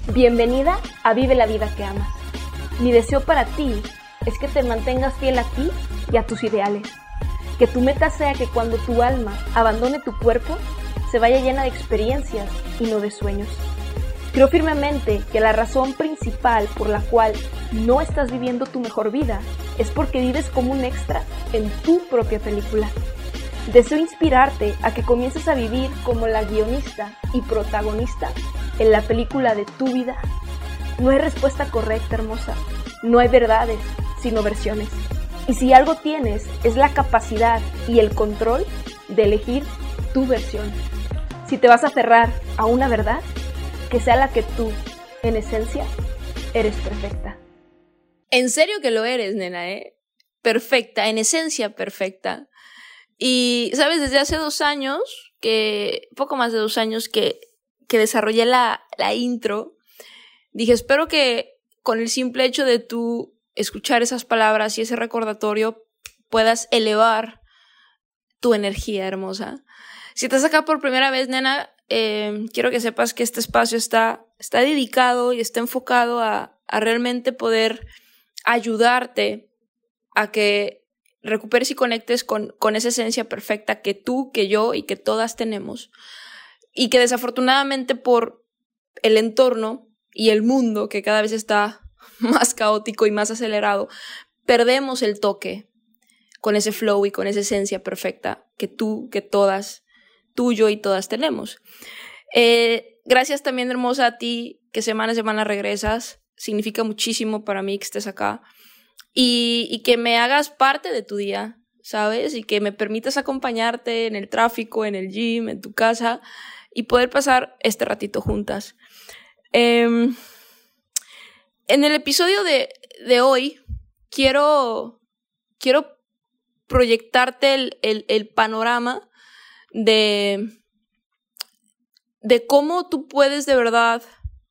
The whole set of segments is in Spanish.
Bienvenida a Vive la Vida que Amas. Mi deseo para ti es que te mantengas fiel a ti y a tus ideales. Que tu meta sea que cuando tu alma abandone tu cuerpo, se vaya llena de experiencias y no de sueños. Creo firmemente que la razón principal por la cual no estás viviendo tu mejor vida es porque vives como un extra en tu propia película. Deseo inspirarte a que comiences a vivir como la guionista y protagonista en la película de tu vida. No hay respuesta correcta, hermosa. No hay verdades, sino versiones. Y si algo tienes, es la capacidad y el control de elegir tu versión. Si te vas a aferrar a una verdad, que sea la que tú, en esencia, eres perfecta. En serio que lo eres, nena, Perfecta, en esencia perfecta. Y, ¿sabes? Desde hace 2 años, poco más de 2 años que desarrollé la intro, dije, espero que con el simple hecho de tú escuchar esas palabras y ese recordatorio puedas elevar tu energía hermosa. Si estás acá por primera vez, nena, quiero que sepas que este espacio está dedicado y está enfocado a realmente poder ayudarte a que recuperes y conectes con esa esencia perfecta que tú, que yo y que todas tenemos. Y que desafortunadamente por el entorno y el mundo, que cada vez está más caótico y más acelerado, perdemos el toque con ese flow y con esa esencia perfecta que tú, que todas, tú, yo y todas tenemos. Gracias también, hermosa, a ti, que semana a semana regresas. Significa muchísimo para mí que estés acá. Y que me hagas parte de tu día, ¿sabes? Y que me permitas acompañarte en el tráfico, en el gym, en tu casa y poder pasar este ratito juntas. En el episodio de hoy quiero proyectarte el panorama de cómo tú puedes de verdad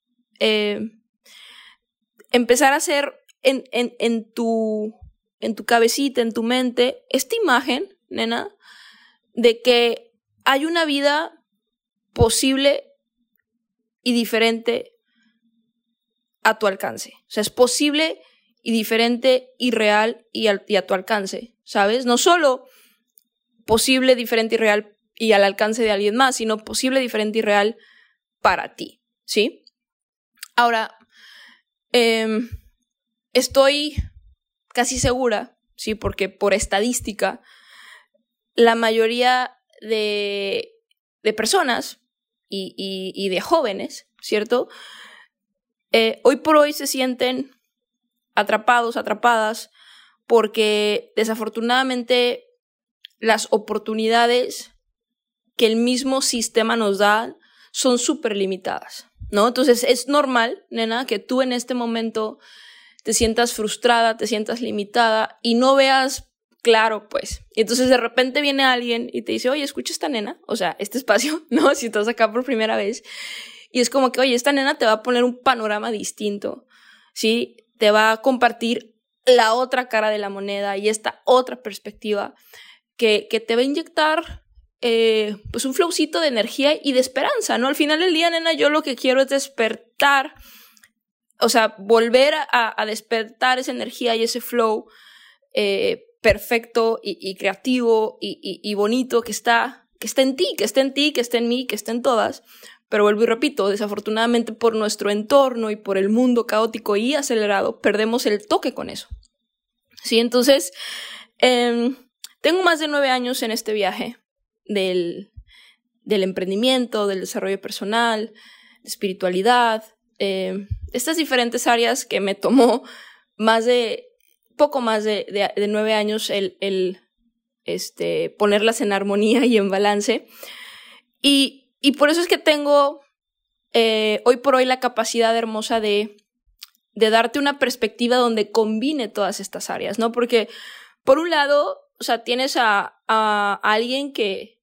empezar a hacer en tu cabecita, en tu mente, esta imagen, nena, de que hay una vida posible y diferente a tu alcance. O sea, es posible y diferente y real y a tu alcance, ¿sabes? No solo posible, diferente y real y al alcance de alguien más, sino posible, diferente y real para ti, ¿sí? Ahora, estoy casi segura, sí, porque por estadística, la mayoría de personas y de jóvenes, ¿cierto? Hoy por hoy se sienten atrapados, atrapadas, porque desafortunadamente las oportunidades que el mismo sistema nos da son súper limitadas, ¿no? Entonces es normal, nena, que tú en este momento te sientas frustrada, te sientas limitada y no veas claro, pues. Y entonces de repente viene alguien y te dice, oye, escucha esta nena, o sea, este espacio, ¿no? Si estás acá por primera vez. Y es como que, oye, esta nena te va a poner un panorama distinto, ¿sí? Te va a compartir la otra cara de la moneda y esta otra perspectiva que te va a inyectar pues un flowcito de energía y de esperanza, ¿no? Al final del día, nena, yo lo que quiero es despertar, o sea, volver a despertar esa energía y ese flow perfecto y creativo y bonito que está en ti, que está en ti, que está en mí, que está en todas. Pero vuelvo y repito, desafortunadamente por nuestro entorno y por el mundo caótico y acelerado, perdemos el toque con eso. Sí, entonces, tengo más de 9 años en este viaje del emprendimiento, del desarrollo personal, de espiritualidad, estas diferentes áreas que me tomó poco más de 9 años el ponerlas en armonía y en balance. Y por eso es que tengo hoy por hoy la capacidad hermosa de darte una perspectiva donde combine todas estas áreas, ¿no? Porque, por un lado, o sea, tienes a alguien que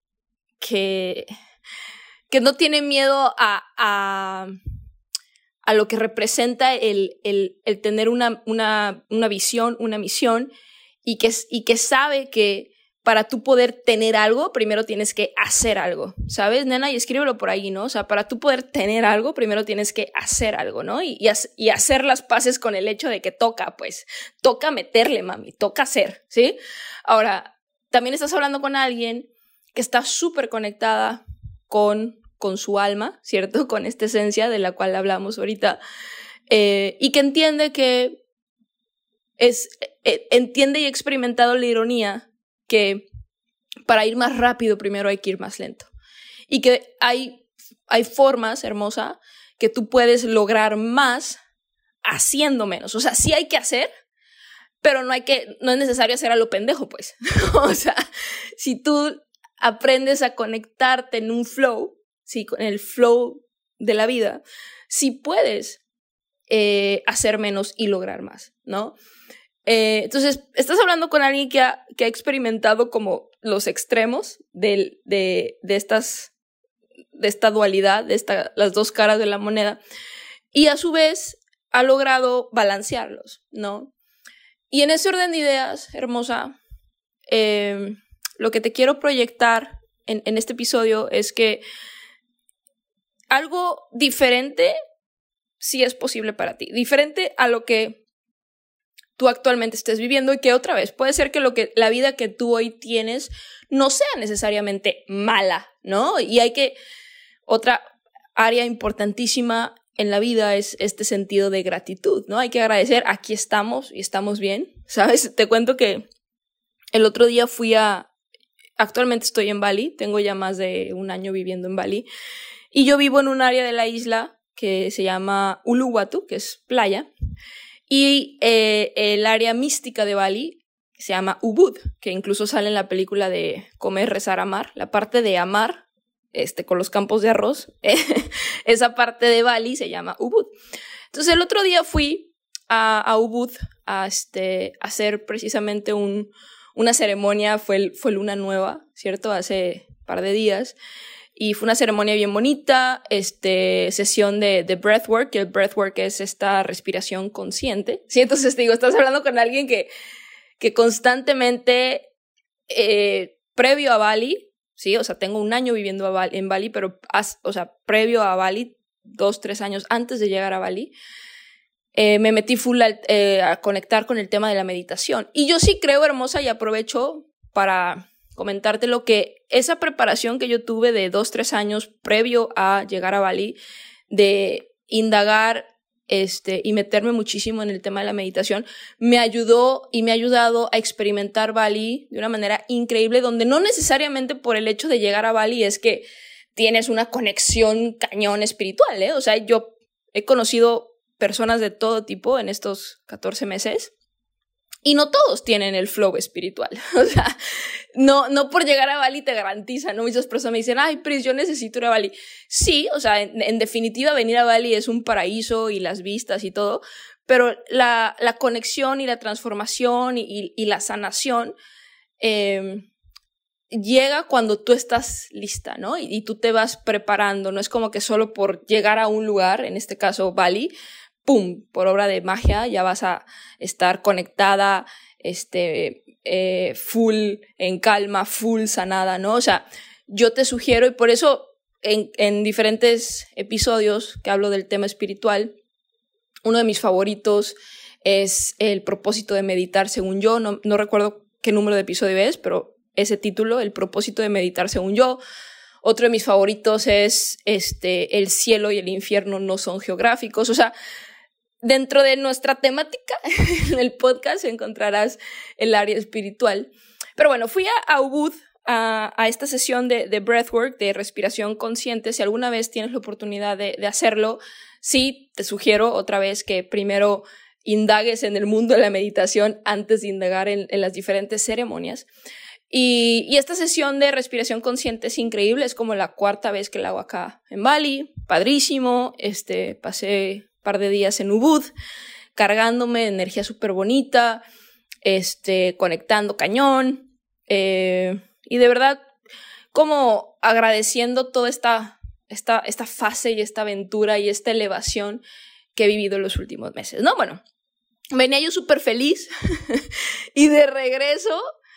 no tiene miedo a lo que representa el tener una visión, una misión, y que sabe que para tú poder tener algo, primero tienes que hacer algo, ¿sabes, nena? Y escríbelo por ahí, ¿no? O sea, para tú poder tener algo, primero tienes que hacer algo, ¿no? Y hacer las paces con el hecho de que toca meterle, mami, toca hacer, ¿sí? Ahora, también estás hablando con alguien que está súper conectada con su alma, ¿cierto? Con esta esencia de la cual hablamos ahorita, y que entiende que entiende y ha experimentado la ironía que para ir más rápido primero hay que ir más lento. Y que hay formas, hermosa, que tú puedes lograr más haciendo menos. O sea, sí hay que hacer, pero no es necesario hacer a lo pendejo, pues. O sea, si tú aprendes a conectarte en un flow, ¿sí? Con el flow de la vida, sí puedes hacer menos y lograr más, ¿no? Entonces, estás hablando con alguien que ha experimentado como los extremos de esta dualidad, las dos caras de la moneda, y a su vez ha logrado balancearlos, ¿no? Y en ese orden de ideas, hermosa, lo que te quiero proyectar en este episodio es que algo diferente sí es posible para ti, diferente a lo que tú actualmente estés viviendo, y que otra vez puede ser que la vida que tú hoy tienes no sea necesariamente mala, ¿no? Y otra área importantísima en la vida es este sentido de gratitud, ¿no? Hay que agradecer, aquí estamos y estamos bien, ¿sabes? Te cuento que el otro día actualmente estoy en Bali, tengo ya más de un año viviendo en Bali, y yo vivo en un área de la isla que se llama Uluwatu, que es playa, y el área mística de Bali se llama Ubud, que incluso sale en la película de Comer, Rezar, Amar. La parte de amar, con los campos de arroz, esa parte de Bali se llama Ubud. Entonces el otro día fui a Ubud a hacer precisamente una ceremonia, fue luna nueva, ¿cierto? Hace un par de días. Y fue una ceremonia bien bonita, sesión de breathwork, que el breathwork es esta respiración consciente. Sí, entonces te digo, estás hablando con alguien que constantemente, previo a Bali, sí, o sea, tengo un año viviendo en Bali, pero, previo a Bali, 2-3 años antes de llegar a Bali, me metí full a conectar con el tema de la meditación. Y yo sí creo, hermosa, y aprovecho para comentarte lo que esa preparación que yo tuve de 2-3 años previo a llegar a Bali, de indagar y meterme muchísimo en el tema de la meditación, me ayudó y me ha ayudado a experimentar Bali de una manera increíble, donde no necesariamente por el hecho de llegar a Bali es que tienes una conexión cañón espiritual, ¿eh? O sea, yo he conocido personas de todo tipo en estos 14 meses, y no todos tienen el flow espiritual. O sea, no por llegar a Bali te garantiza, ¿no? Muchas personas me dicen, ay, Pris, yo necesito ir a Bali. Sí, o sea, en definitiva venir a Bali es un paraíso y las vistas y todo, pero la conexión y la transformación y la sanación llega cuando tú estás lista, ¿no? Y tú te vas preparando, no es como que solo por llegar a un lugar, en este caso Bali, ¡pum!, por obra de magia ya vas a estar conectada, full en calma, full sanada, ¿no? O sea, yo te sugiero, y por eso en diferentes episodios que hablo del tema espiritual, uno de mis favoritos es el propósito de meditar según yo, no recuerdo qué número de episodio es, pero ese título, el propósito de meditar según yo. Otro de mis favoritos es el cielo y el infierno no son geográficos. O sea, dentro de nuestra temática en el podcast encontrarás el área espiritual. Pero bueno, fui a Ubud a esta sesión de breathwork, de respiración consciente. Si alguna vez tienes la oportunidad de hacerlo, sí, te sugiero otra vez que primero indagues en el mundo de la meditación antes de indagar en las diferentes ceremonias. Y esta sesión de respiración consciente es increíble, es como la 4ª vez que la hago acá en Bali, padrísimo, pasé un par de días en Ubud, cargándome de energía súper bonita, conectando cañón, y de verdad como agradeciendo toda esta fase y esta aventura y esta elevación que he vivido en los últimos meses, ¿no? Bueno, venía yo súper feliz y de regreso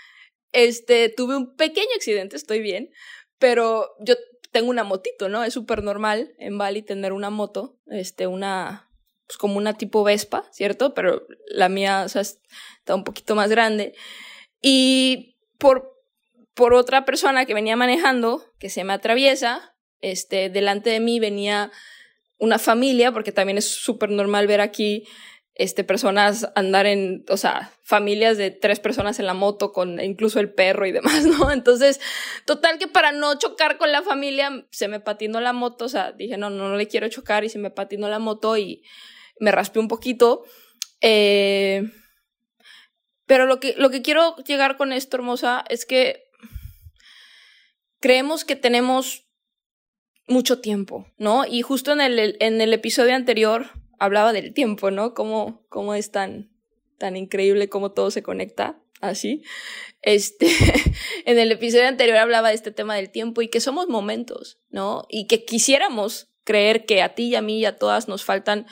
tuve un pequeño accidente, estoy bien, pero yo tengo una motito, ¿no? Es súper normal en Bali tener una moto, pues como una tipo Vespa, ¿cierto? Pero la mía, o sea, está un poquito más grande. Y por otra persona que venía manejando, que se me atraviesa, delante de mí venía una familia, porque también es súper normal ver aquí personas andar o sea, familias de 3 personas en la moto con incluso el perro y demás, ¿no? Entonces, total que para no chocar con la familia, se me patinó la moto, o sea, dije, no le quiero chocar y se me patinó la moto y me raspé un poquito. Pero lo que quiero llegar con esto, hermosa, es que creemos que tenemos mucho tiempo, ¿no? Y justo en el episodio anterior hablaba del tiempo, ¿no? Cómo es tan increíble cómo todo se conecta así. En el episodio anterior hablaba de este tema del tiempo y que somos momentos, ¿no? Y que quisiéramos creer que a ti y a mí y a todas nos falta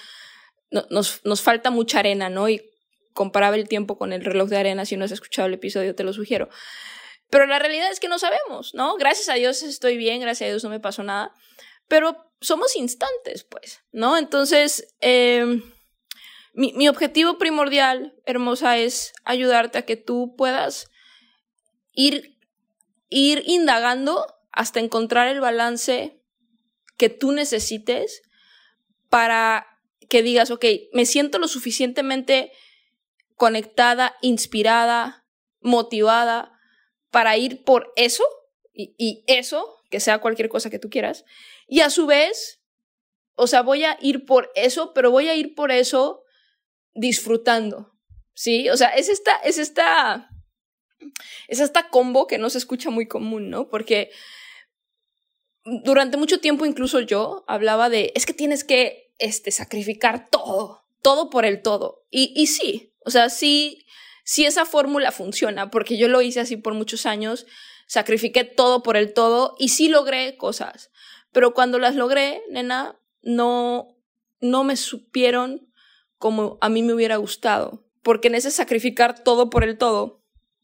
mucha arena, ¿no? Y comparaba el tiempo con el reloj de arena. Si no has escuchado el episodio, te lo sugiero. Pero la realidad es que no sabemos, ¿no? Gracias a Dios estoy bien, gracias a Dios no me pasó nada. Pero somos instantes, pues, ¿no? Entonces, mi objetivo primordial, hermosa, es ayudarte a que tú puedas ir indagando hasta encontrar el balance que tú necesites para que digas, ok, me siento lo suficientemente conectada, inspirada, motivada para ir por eso y eso, que sea cualquier cosa que tú quieras. Y a su vez, o sea, voy a ir por eso, pero voy a ir por eso disfrutando, ¿sí? O sea, es esta combo que no se escucha muy común, ¿no? Porque durante mucho tiempo incluso yo hablaba de, es que tienes que sacrificar todo por el todo. Y sí, o sea, sí esa fórmula funciona, porque yo lo hice así por muchos años, sacrifiqué todo por el todo y sí logré cosas. Pero cuando las logré, nena, no me supieron como a mí me hubiera gustado. Porque en ese sacrificar todo por el todo,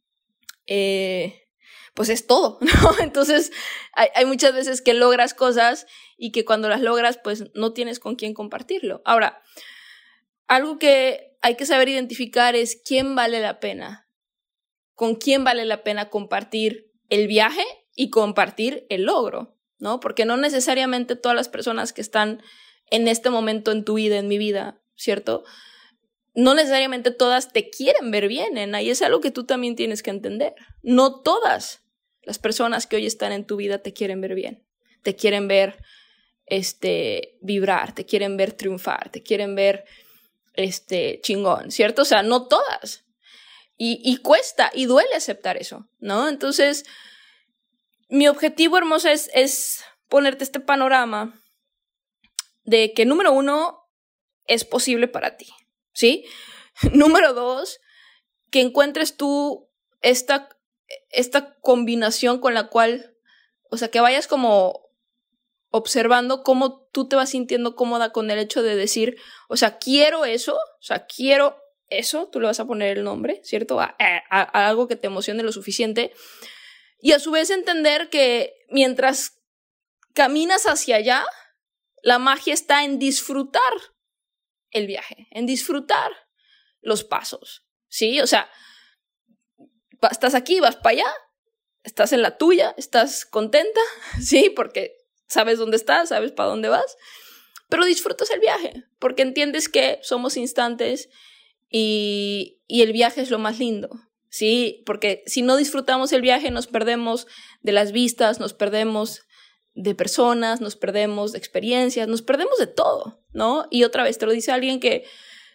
pues es todo, ¿no? Entonces hay muchas veces que logras cosas y que cuando las logras, pues no tienes con quién compartirlo. Ahora, algo que hay que saber identificar es quién vale la pena. Con quién vale la pena compartir el viaje y compartir el logro, ¿no? Porque no necesariamente todas las personas que están en este momento en tu vida, en mi vida, ¿cierto? No necesariamente todas te quieren ver bien, nena, y es algo que tú también tienes que entender. No todas las personas que hoy están en tu vida te quieren ver bien. Te quieren ver vibrar, te quieren ver triunfar, te quieren ver chingón, ¿cierto? O sea, no todas. Y cuesta y duele aceptar eso, ¿no? Entonces, mi objetivo, hermosa, es ponerte este panorama de que, número 1, es posible para ti, ¿sí? Número 2, que encuentres tú esta combinación con la cual, o sea, que vayas como observando cómo tú te vas sintiendo cómoda con el hecho de decir, o sea, quiero eso, tú le vas a poner el nombre, ¿cierto? A algo que te emocione lo suficiente. Y a su vez entender que mientras caminas hacia allá, la magia está en disfrutar el viaje, en disfrutar los pasos, ¿sí? O sea, estás aquí, vas para allá, estás en la tuya, estás contenta, ¿sí? Porque sabes dónde estás, sabes para dónde vas, pero disfrutas el viaje, porque entiendes que somos instantes y el viaje es lo más lindo, ¿sí? Porque si no disfrutamos el viaje, nos perdemos de las vistas, nos perdemos de personas, nos perdemos de experiencias, nos perdemos de todo, ¿no? Y otra vez te lo dice alguien que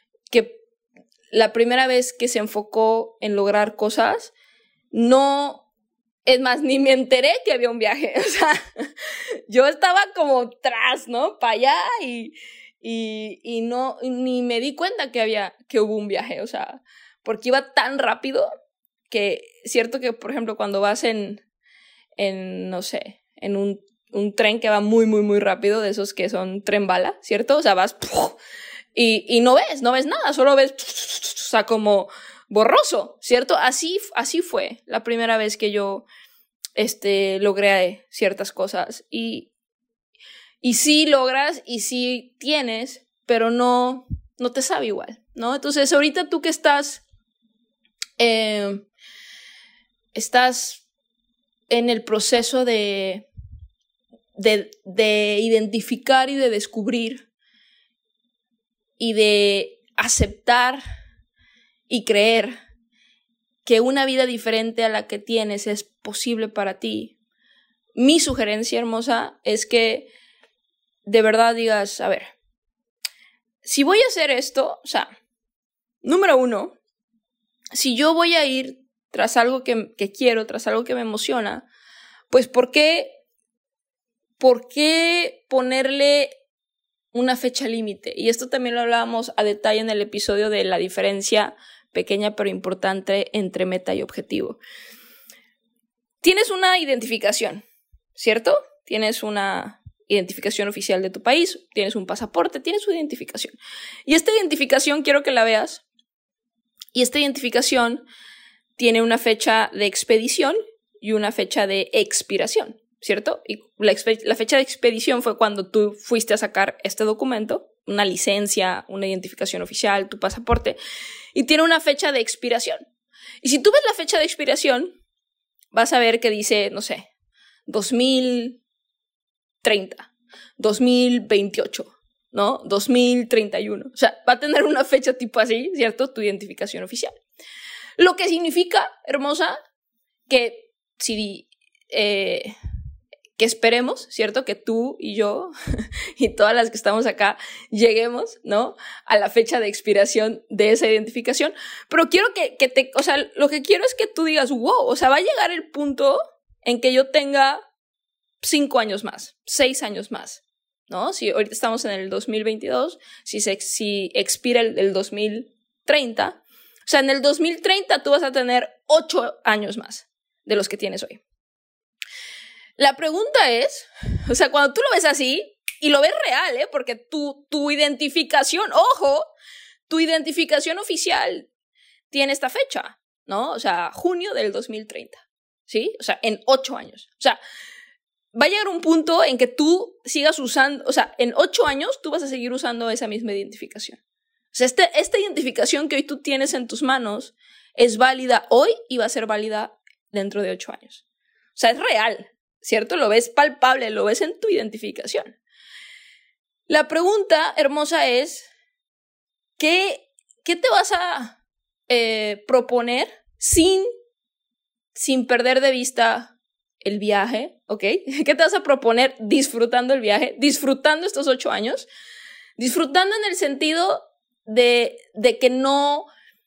la primera vez que se enfocó en lograr cosas, no, es más, ni me enteré que había un viaje, o sea, yo estaba como tras, ¿no? Para allá y no, ni me di cuenta que hubo un viaje, o sea, porque iba tan rápido que, cierto que, por ejemplo, cuando vas en no sé, en un tren que va muy, muy, muy rápido, de esos que son tren bala, ¿cierto? O sea, vas y no ves nada, solo ves, o sea, como borroso, ¿cierto? Así fue la primera vez que yo logré ciertas cosas. Y sí logras y sí tienes, pero no te sabe igual, ¿no? Entonces, ahorita tú que estás en el proceso de identificar y de descubrir y de aceptar y creer que una vida diferente a la que tienes es posible para ti. Mi sugerencia, hermosa, es que de verdad digas, a ver, si voy a hacer esto, o sea, número 1, si yo voy a ir tras algo que quiero, tras algo que me emociona, pues ¿por qué ponerle una fecha límite? Y esto también lo hablábamos a detalle en el episodio de la diferencia pequeña pero importante entre meta y objetivo. Tienes una identificación, ¿cierto? Tienes una identificación oficial de tu país, tienes un pasaporte, tienes una identificación. Y esta identificación quiero que la veas. Y esta identificación tiene una fecha de expedición y una fecha de expiración, ¿cierto? Y la fecha de expedición fue cuando tú fuiste a sacar este documento, una licencia, una identificación oficial, tu pasaporte, y tiene una fecha de expiración. Y si tú ves la fecha de expiración, vas a ver que dice, no sé, 2030, 2028, ¿no? 2031. O sea, va a tener una fecha tipo así, ¿cierto? Tu identificación oficial. Lo que significa, hermosa, que que esperemos, ¿cierto? Que tú y yo y todas las que estamos acá lleguemos, ¿no? A la fecha de expiración de esa identificación. Pero quiero o sea, lo que quiero es que tú digas, wow, o sea, va a llegar el punto en que yo tenga 5 años más, 6 años más, ¿no? Si ahorita estamos en el 2022, si expira el 2030, o sea, en el 2030 tú vas a tener 8 años más de los que tienes hoy. La pregunta es, o sea, cuando tú lo ves así, y lo ves real, porque tu identificación, ojo, tu identificación oficial tiene esta fecha, ¿no? O sea, junio del 2030, ¿sí? O sea, en 8 años. O sea, va a llegar un punto en que tú sigas usando, o sea, en 8 años tú vas a seguir usando esa misma identificación. O sea, esta identificación que hoy tú tienes en tus manos es válida hoy y va a ser válida dentro de 8 años. O sea, es real, ¿cierto? Lo ves palpable, lo ves en tu identificación. La pregunta, hermosa, es, ¿qué te vas a proponer sin perder de vista el viaje, ¿ok? ¿Qué te vas a proponer disfrutando el viaje, disfrutando estos 8 años? Disfrutando en el sentido de que no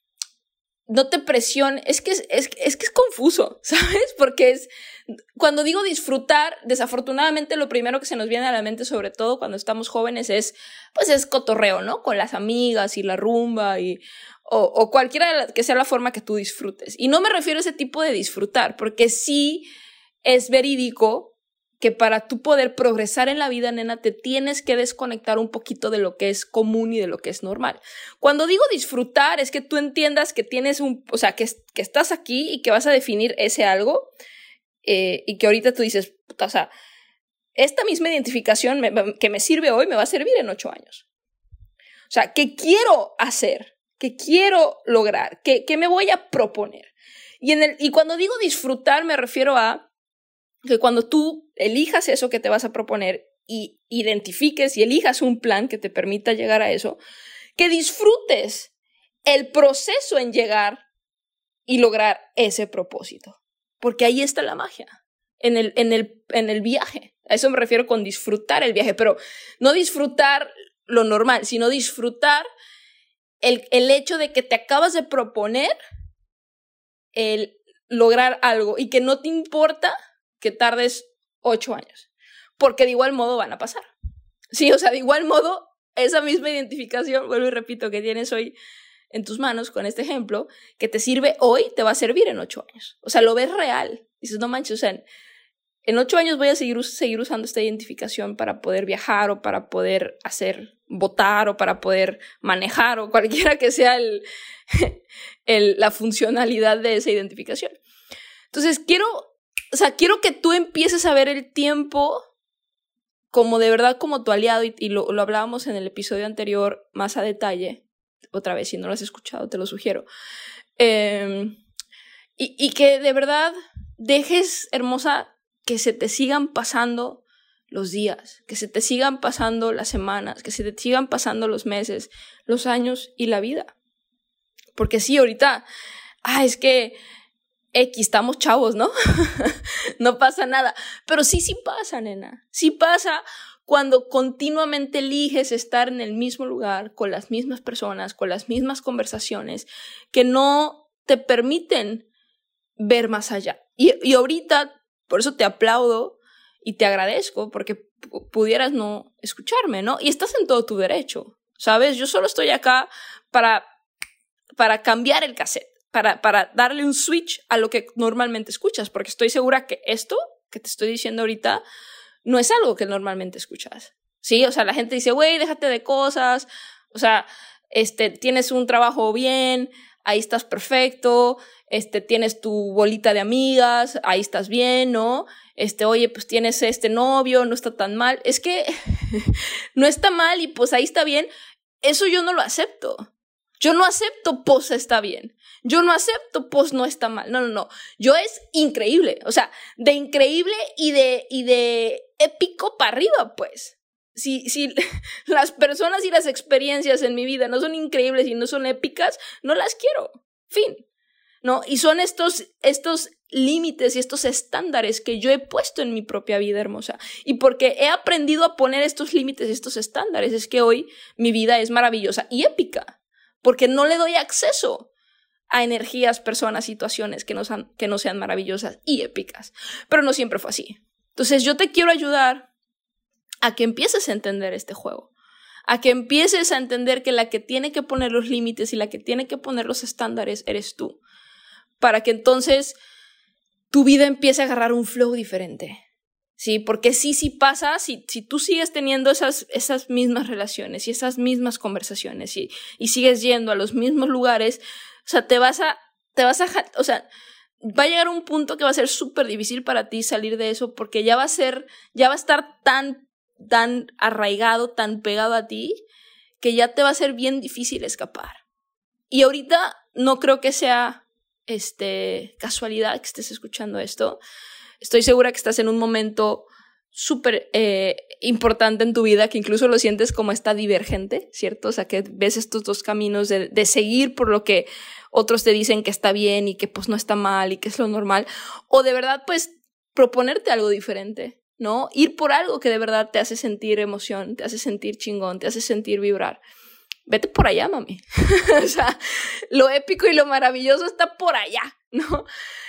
te presiones. Es que es confuso, ¿sabes? Porque cuando digo disfrutar, desafortunadamente lo primero que se nos viene a la mente, sobre todo cuando estamos jóvenes, es cotorreo, ¿no? Con las amigas y la rumba o cualquiera que sea la forma que tú disfrutes. Y no me refiero a ese tipo de disfrutar, porque sí es verídico que para tú poder progresar en la vida, nena, te tienes que desconectar un poquito de lo que es común y de lo que es normal. Cuando digo disfrutar, es que tú entiendas que tienes o sea, que estás aquí y que vas a definir ese algo, y que ahorita tú dices, o sea, esta misma identificación que me sirve hoy me va a servir en 8 años. O sea, ¿qué quiero hacer? ¿Qué quiero lograr? ¿Qué me voy a proponer? Y cuando digo disfrutar, me refiero a que cuando tú elijas eso que te vas a proponer y identifiques y elijas un plan que te permita llegar a eso, que disfrutes el proceso en llegar y lograr ese propósito. Porque ahí está la magia, en el viaje. A eso me refiero con disfrutar el viaje, pero no disfrutar lo normal, sino disfrutar el hecho de que te acabas de proponer el lograr algo y que no te importa que tardes 8 años, porque de igual modo van a pasar. Sí, o sea, de igual modo, esa misma identificación, vuelvo y repito, que tienes hoy en tus manos con este ejemplo, que te sirve hoy, te va a servir en 8 años. O sea, lo ves real. Dices, no manches, o sea, en 8 años voy a seguir usando esta identificación para poder viajar o para poder votar o para poder manejar o cualquiera que sea la funcionalidad de esa identificación. Entonces quiero que tú empieces a ver el tiempo como de verdad como tu aliado y lo hablábamos en el episodio anterior más a detalle. Otra vez, si no lo has escuchado, te lo sugiero. Y que de verdad dejes, hermosa, que se te sigan pasando los días, que se te sigan pasando las semanas, que se te sigan pasando los meses, los años y la vida. Porque sí, ahorita, es que estamos chavos, ¿no? No pasa nada. Pero sí pasa, nena. Sí pasa cuando continuamente eliges estar en el mismo lugar, con las mismas personas, con las mismas conversaciones, que no te permiten ver más allá. Y ahorita, por eso te aplaudo y te agradezco, porque pudieras no escucharme, ¿no? Y estás en todo tu derecho, ¿sabes? Yo solo estoy acá para cambiar el cassette, para darle un switch a lo que normalmente escuchas, porque estoy segura que esto que te estoy diciendo ahorita no es algo que normalmente escuchas, ¿sí? O sea, la gente dice, güey, déjate de cosas, o sea, tienes un trabajo bien, ahí estás perfecto, tienes tu bolita de amigas, ahí estás bien, ¿no? Oye, pues tienes novio, no está tan mal. Es que no está mal y pues ahí está bien. Eso yo no lo acepto. Yo no acepto pues está bien. Yo no acepto pues no está mal. No. Yo es increíble. O sea, de increíble y de épico para arriba, pues. Si las personas y las experiencias en mi vida no son increíbles y no son épicas, no las quiero. Fin. ¿No? Y son estos límites y estos estándares que yo he puesto en mi propia vida, hermosa. Y porque he aprendido a poner estos límites y estos estándares, es que hoy mi vida es maravillosa y épica. Porque no le doy acceso a energías, personas, situaciones que no sean maravillosas y épicas. Pero no siempre fue así. Entonces yo te quiero ayudar a que empieces a entender este juego. A que empieces a entender que la que tiene que poner los límites y la que tiene que poner los estándares eres tú. Para que entonces tu vida empiece a agarrar un flow diferente, ¿sí? Porque sí pasa, si tú sigues teniendo esas mismas relaciones y esas mismas conversaciones y sigues yendo a los mismos lugares, o sea, o sea, va a llegar un punto que va a ser súper difícil para ti salir de eso porque ya va a estar tan arraigado, tan pegado a ti, que ya te va a ser bien difícil escapar. Y ahorita no creo que sea casualidad que estés escuchando esto. Estoy segura que estás en un momento súper importante en tu vida, que incluso lo sientes como está divergente, ¿cierto? O sea, que ves estos dos caminos de seguir por lo que otros te dicen que está bien y que pues no está mal y que es lo normal, o de verdad pues proponerte algo diferente, ¿no? Ir por algo que de verdad te hace sentir emoción, te hace sentir chingón, te hace sentir vibrar. Vete por allá, mami. O sea, lo épico y lo maravilloso está por allá, ¿no?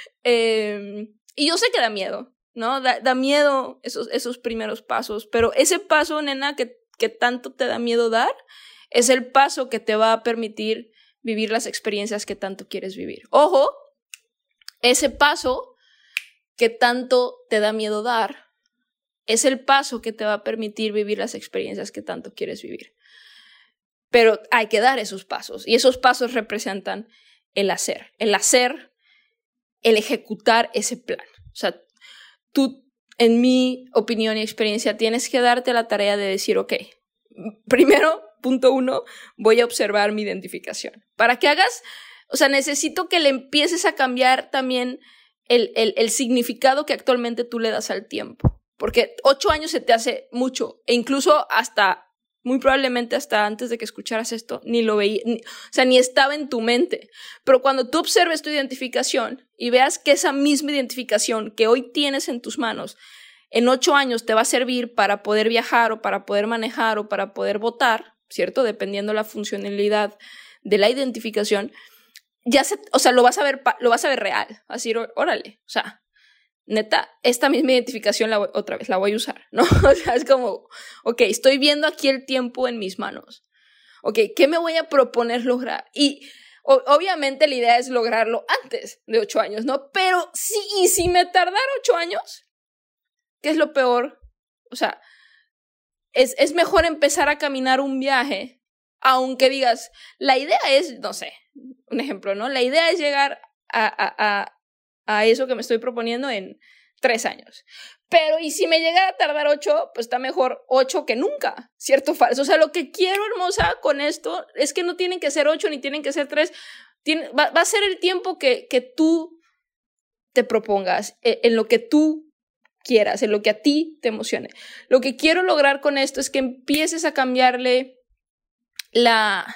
Y yo sé que da miedo, ¿no? Da miedo esos primeros pasos, pero ese paso, nena, que tanto te da miedo dar, es el paso que te va a permitir vivir las experiencias que tanto quieres vivir. Ojo, ese paso que tanto te da miedo dar es el paso que te va a permitir vivir las experiencias que tanto quieres vivir. Pero hay que dar esos pasos, y esos pasos representan el hacer, el ejecutar ese plan. O sea, tú, en mi opinión y experiencia, tienes que darte la tarea de decir, ok, primero, punto 1, voy a observar mi identificación. Para que hagas, o sea, necesito que le empieces a cambiar también el significado que actualmente tú le das al tiempo. Porque 8 años se te hace mucho, e incluso muy probablemente hasta antes de que escucharas esto, ni lo veía, o sea, ni estaba en tu mente. Pero cuando tú observes tu identificación y veas que esa misma identificación que hoy tienes en tus manos, en 8 años te va a servir para poder viajar o para poder manejar o para poder votar, ¿cierto? Dependiendo la funcionalidad de la identificación, o sea, lo vas a ver real. Así, órale, o sea, neta, esta misma identificación otra vez la voy a usar, ¿no? O sea, es como, ok, estoy viendo aquí el tiempo en mis manos. Ok, ¿qué me voy a proponer lograr? Y obviamente la idea es lograrlo antes de 8 años, ¿no? Pero si me tardara 8 años, ¿qué es lo peor? O sea, es mejor empezar a caminar un viaje, aunque digas, la idea es, no sé, un ejemplo, ¿no? La idea es llegar a eso que me estoy proponiendo en 3 años. Pero, ¿y si me llegara a tardar 8? Pues está mejor 8 que nunca, ¿cierto o falso? O sea, lo que quiero, hermosa, con esto es que no tienen que ser 8 ni tienen que ser 3. Va a ser el tiempo que tú te propongas, en lo que tú quieras, en lo que a ti te emocione. Lo que quiero lograr con esto es que empieces a cambiarle la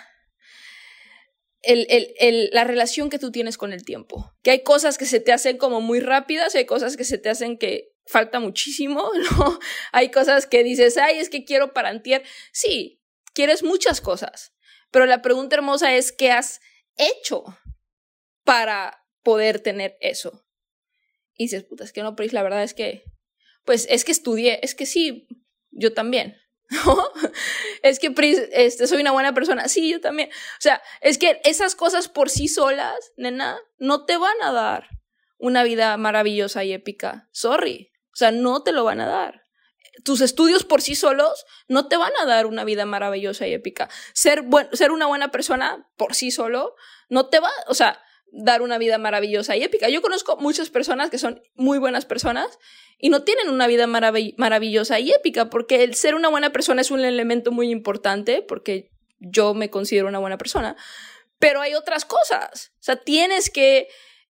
relación que tú tienes con el tiempo. Que hay cosas que se te hacen como muy rápidas, hay cosas que se te hacen que falta muchísimo, ¿no? Hay cosas que dices, ay, es que quiero para antier. Sí, quieres muchas cosas, pero la pregunta hermosa es, ¿qué has hecho para poder tener eso? Y dices, puta, es que no, Pris, la verdad es que, pues, es que estudié, es que sí, yo también, ¿no? Es que, Pris, soy una buena persona, sí, yo también. O sea, es que esas cosas por sí solas, nena, no te van a dar una vida maravillosa y épica. Sorry. O sea, no te lo van a dar. Tus estudios por sí solos no te van a dar una vida maravillosa y épica. Ser una buena persona por sí solo no te va, o sea, dar una vida maravillosa y épica. Yo conozco muchas personas que son muy buenas personas y no tienen una vida maravillosa y épica, porque el ser una buena persona es un elemento muy importante, porque yo me considero una buena persona, pero hay otras cosas. O sea, tienes que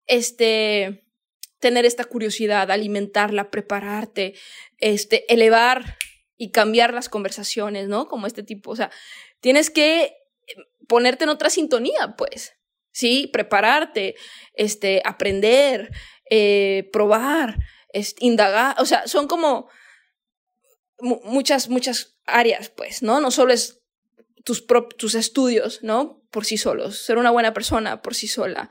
tener esta curiosidad, alimentarla, prepararte, elevar y cambiar las conversaciones, ¿no? Como este tipo, o sea, tienes que ponerte en otra sintonía, pues, ¿sí? Prepararte, aprender, probar, indagar, o sea, son como muchas áreas, pues, ¿no? No solo es tus estudios, ¿no? Por sí solos, ser una buena persona por sí sola,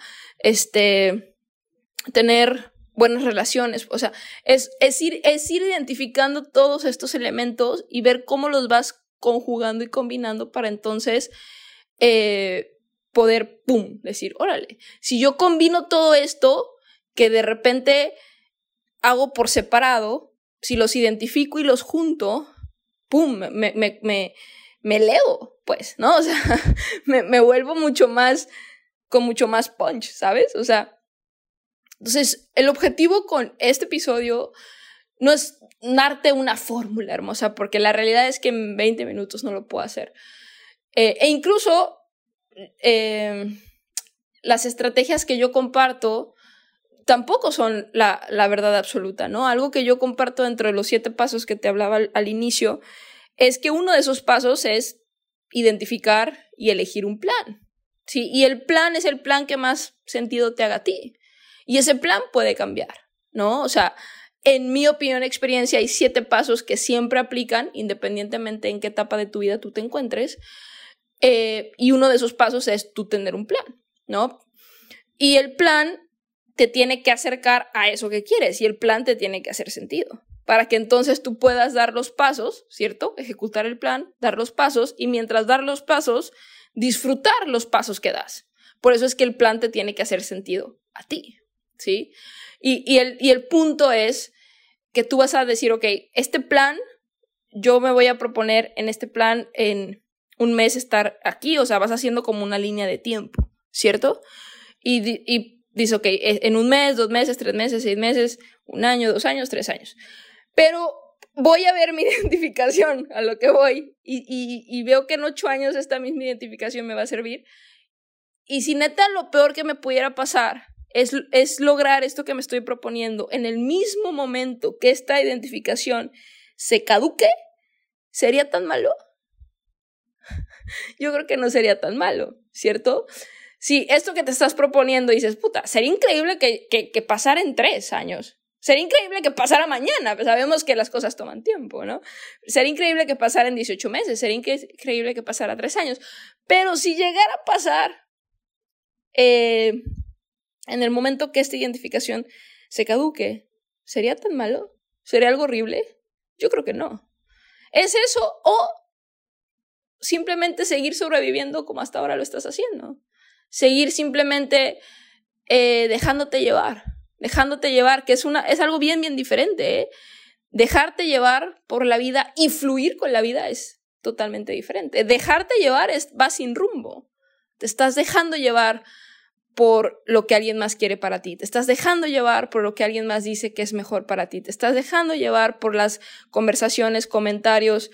tener buenas relaciones, o sea, es ir identificando todos estos elementos y ver cómo los vas conjugando y combinando para entonces poder, pum, decir, órale, si yo combino todo esto que de repente hago por separado, si los identifico y los junto, pum, me elevo, pues, ¿no? O sea, me vuelvo con mucho más punch, ¿sabes? O sea, entonces, el objetivo con este episodio no es darte una fórmula hermosa, porque la realidad es que en 20 minutos no lo puedo hacer. E incluso las estrategias que yo comparto tampoco son la verdad absoluta, ¿no? Algo que yo comparto dentro de los 7 pasos que te hablaba al inicio es que uno de esos pasos es identificar y elegir un plan, ¿sí? Y el plan es el plan que más sentido te haga a ti. Y ese plan puede cambiar, ¿no? O sea, en mi opinión, experiencia, hay 7 pasos que siempre aplican, independientemente en qué etapa de tu vida tú te encuentres. Y uno de esos pasos es tú tener un plan, ¿no? Y el plan te tiene que acercar a eso que quieres, y el plan te tiene que hacer sentido, para que entonces tú puedas dar los pasos, ¿cierto? Ejecutar el plan, dar los pasos, y mientras dar los pasos, disfrutar los pasos que das. Por eso es que el plan te tiene que hacer sentido a ti, ¿sí? Y el punto es que tú vas a decir, ok, este plan, yo me voy a proponer en este plan en un mes estar aquí, o sea, vas haciendo como una línea de tiempo, ¿cierto? Y dices, ok, en un mes, 2 meses, 3 meses, 6 meses, 1 año, 2 años, 3 años. Pero voy a ver mi identificación a lo que voy y veo que en 8 años esta misma identificación me va a servir. Y si neta lo peor que me pudiera pasar es lograr esto que me estoy proponiendo en el mismo momento que esta identificación se caduque, ¿sería tan malo? Yo creo que no sería tan malo, ¿cierto? Si esto que te estás proponiendo dices, puta, sería increíble que pasara en 3 años. Sería increíble que pasara mañana, pues sabemos que las cosas toman tiempo, ¿no? Sería increíble que pasara en 18 meses, sería increíble que pasara 3 años. Pero si llegara a pasar en el momento que esta identificación se caduque, ¿sería tan malo? ¿Sería algo horrible? Yo creo que no. ¿Es eso o simplemente seguir sobreviviendo como hasta ahora lo estás haciendo? Seguir simplemente dejándote llevar, que es algo bien, bien diferente, ¿eh? Dejarte llevar por la vida y fluir con la vida es totalmente diferente. Dejarte llevar va sin rumbo. Te estás dejando llevar por lo que alguien más quiere para ti. Te estás dejando llevar por lo que alguien más dice que es mejor para ti. Te estás dejando llevar por las conversaciones, comentarios,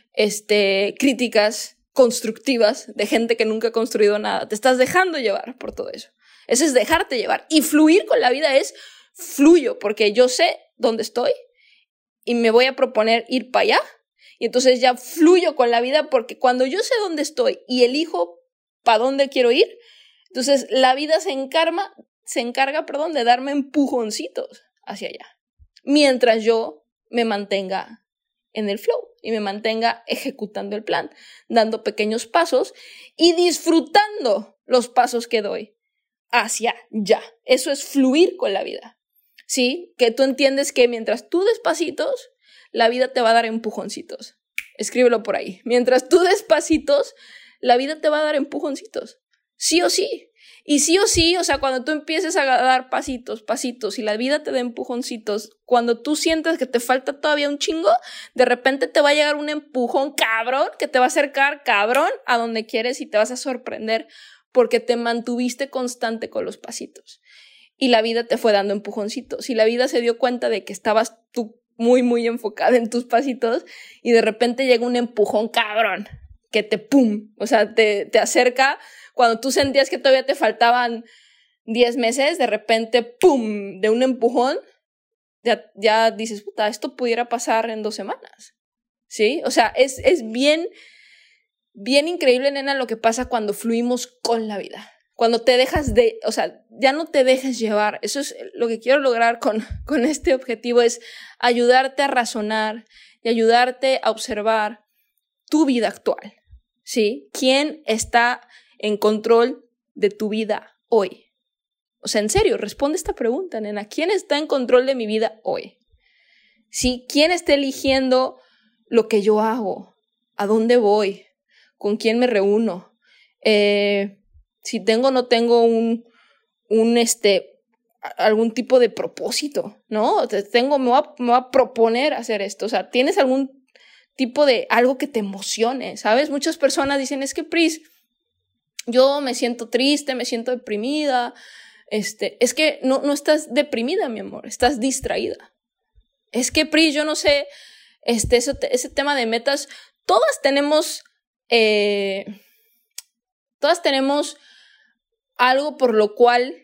críticas constructivas de gente que nunca ha construido nada. Te estás dejando llevar por todo eso. Eso es dejarte llevar. Y fluir con la vida es fluyo, porque yo sé dónde estoy y me voy a proponer ir para allá. Y entonces ya fluyo con la vida, porque cuando yo sé dónde estoy y elijo para dónde quiero ir, entonces la vida se encarga, de darme empujoncitos hacia allá. Mientras yo me mantenga en el flow y me mantenga ejecutando el plan, dando pequeños pasos y disfrutando los pasos que doy hacia allá. Eso es fluir con la vida. ¿Sí? Que tú entiendes que mientras tú des pasitos, la vida te va a dar empujoncitos. Escríbelo por ahí. Mientras tú des pasitos, la vida te va a dar empujoncitos. Sí o sí. Y sí o sí, o sea, cuando tú empieces a dar pasitos, y la vida te da empujoncitos, cuando tú sientas que te falta todavía un chingo, de repente te va a llegar un empujón cabrón que te va a acercar cabrón a donde quieres y te vas a sorprender porque te mantuviste constante con los pasitos. Y la vida te fue dando empujoncitos. Y la vida se dio cuenta de que estabas tú muy, muy enfocada en tus pasitos y de repente llega un empujón cabrón que te pum, o sea, te acerca. Cuando tú sentías que todavía te faltaban 10 meses, de repente, ¡pum!, de un empujón, ya dices, puta, esto pudiera pasar en 2 semanas, ¿sí? O sea, es bien, bien increíble, nena, lo que pasa cuando fluimos con la vida. Cuando te dejas o sea, ya no te dejes llevar. Eso es lo que quiero lograr con este objetivo, es ayudarte a razonar y ayudarte a observar tu vida actual, ¿sí? ¿Quién está en control de tu vida hoy? O sea, en serio, responde esta pregunta, nena. ¿Quién está en control de mi vida hoy? ¿Sí? ¿Quién está eligiendo lo que yo hago? ¿A dónde voy? ¿Con quién me reúno? Si tengo o no tengo algún tipo de propósito, ¿no? Me voy a proponer hacer esto. O sea, ¿tienes algún tipo de algo que te emocione? ¿Sabes? Muchas personas dicen, es que Pris, yo me siento triste, me siento deprimida. Es que no estás deprimida, mi amor, estás distraída. Es que, Pris, yo no sé, ese tema de metas, todas tenemos algo por lo cual,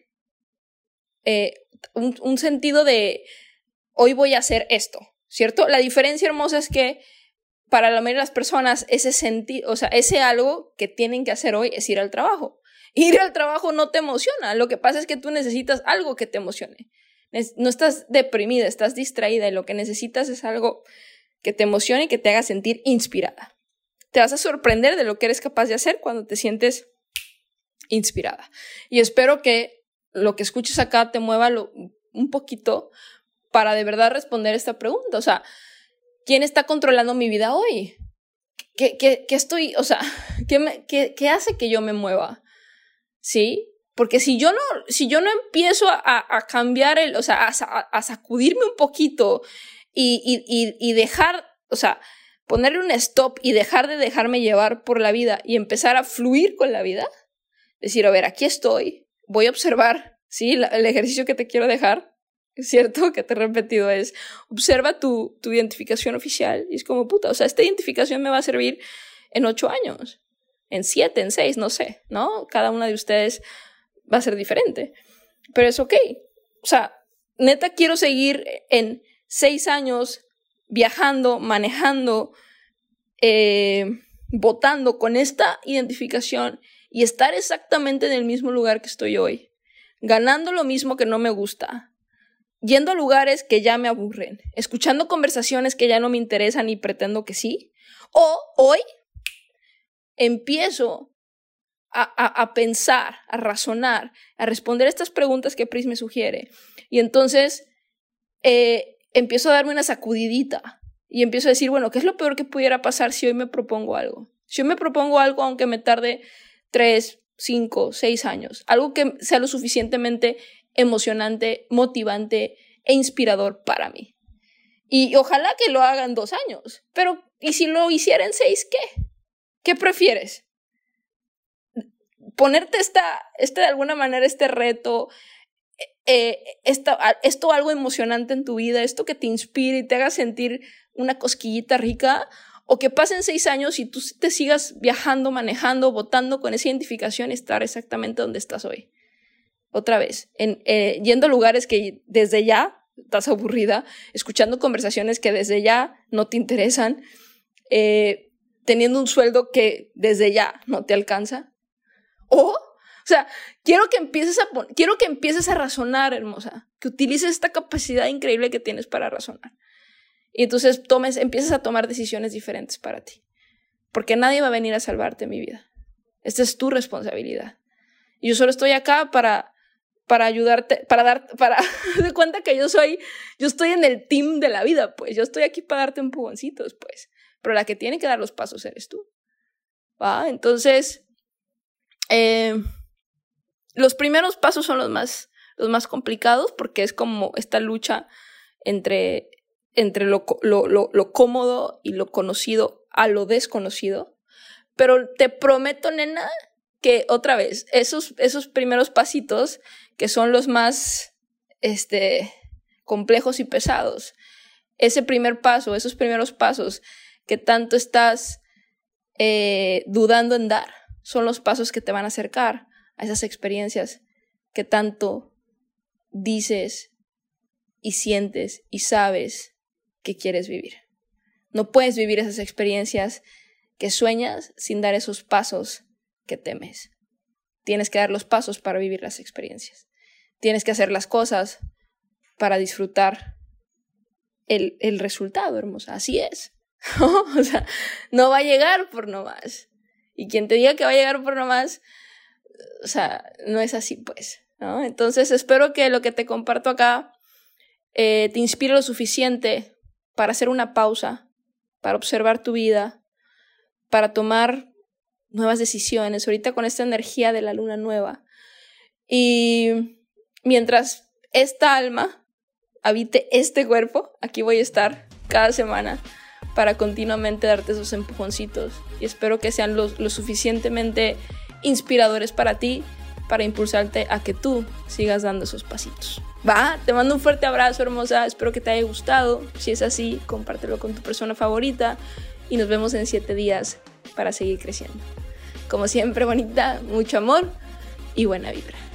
un sentido de, hoy voy a hacer esto, ¿cierto? La diferencia hermosa es que para la mayoría de las personas, ese algo que tienen que hacer hoy es ir al trabajo. Ir al trabajo no te emociona. Lo que pasa es que tú necesitas algo que te emocione. No estás deprimida, estás distraída y lo que necesitas es algo que te emocione y que te haga sentir inspirada. Te vas a sorprender de lo que eres capaz de hacer cuando te sientes inspirada. Y espero que lo que escuches acá te mueva un poquito para de verdad responder esta pregunta. O sea, ¿quién está controlando mi vida hoy? ¿Qué estoy, o sea, qué hace que yo me mueva? ¿Sí? Porque si yo no empiezo a cambiar o sea, a sacudirme un poquito y dejar, o sea, ponerle un stop y dejar de dejarme llevar por la vida y empezar a fluir con la vida, decir, a ver, aquí estoy, voy a observar, ¿sí? El ejercicio que te quiero dejar, ¿cierto? Que te he repetido es, observa tu identificación oficial y es como, puta, o sea, esta identificación me va a servir en 8 años, en 7, en 6, no sé, ¿no? Cada una de ustedes va a ser diferente, pero es ok. O sea, neta quiero seguir en 6 años viajando, manejando, votando con esta identificación y estar exactamente en el mismo lugar que estoy hoy, ganando lo mismo que no me gusta, yendo a lugares que ya me aburren, escuchando conversaciones que ya no me interesan y pretendo que sí, o hoy empiezo a pensar, a razonar, a responder estas preguntas que Pris me sugiere. Y entonces empiezo a darme una sacudidita y empiezo a decir, bueno, ¿qué es lo peor que pudiera pasar si hoy me propongo algo? Si hoy me propongo algo, aunque me tarde 3, 5, 6 años, algo que sea lo suficientemente emocionante, motivante e inspirador para mí. Y ojalá que lo hagan 2 años. Pero, ¿y si lo hiciera en 6, qué? ¿Qué prefieres? Ponerte de alguna manera este reto, esto algo emocionante en tu vida, esto que te inspire y te haga sentir una cosquillita rica, o que pasen 6 años y tú te sigas viajando, manejando, votando con esa identificación y estar exactamente donde estás hoy. Otra vez, yendo a lugares que desde ya estás aburrida, escuchando conversaciones que desde ya no te interesan, teniendo un sueldo que desde ya no te alcanza. O sea, quiero que empieces a razonar, hermosa, que utilices esta capacidad increíble que tienes para razonar. Y entonces empieces a tomar decisiones diferentes para ti. Porque nadie va a venir a salvarte, mi vida. Esta es tu responsabilidad. Y yo solo estoy acá para ayudarte, para de cuenta que yo estoy en el team de la vida, pues. Yo estoy aquí para darte empujoncitos, pues. Pero la que tiene que dar los pasos eres tú. ¿Va? Entonces, los primeros pasos son los más complicados, porque es como esta lucha entre lo cómodo y lo conocido a lo desconocido. Pero te prometo, nena, que otra vez, esos primeros pasitos, que son los más complejos y pesados, ese primer paso, esos primeros pasos que tanto estás dudando en dar, son los pasos que te van a acercar a esas experiencias que tanto dices y sientes y sabes que quieres vivir. No puedes vivir esas experiencias que sueñas sin dar esos pasos que temes. Tienes que dar los pasos para vivir las experiencias. Tienes que hacer las cosas para disfrutar el resultado, hermosa. Así es. O sea, no va a llegar por nomás. Y quien te diga que va a llegar por nomás, o sea, no es así, pues, ¿no? Entonces espero que lo que te comparto acá te inspire lo suficiente para hacer una pausa, para observar tu vida, para tomar nuevas decisiones, ahorita con esta energía de la luna nueva. Y mientras esta alma habite este cuerpo, aquí voy a estar cada semana para continuamente darte esos empujoncitos. Y espero que sean lo suficientemente inspiradores para ti, para impulsarte a que tú sigas dando esos pasitos. Va, te mando un fuerte abrazo, hermosa. Espero que te haya gustado. Si es así, compártelo con tu persona favorita. Y nos vemos en 7 días para seguir creciendo. Como siempre, bonita, mucho amor y buena vibra.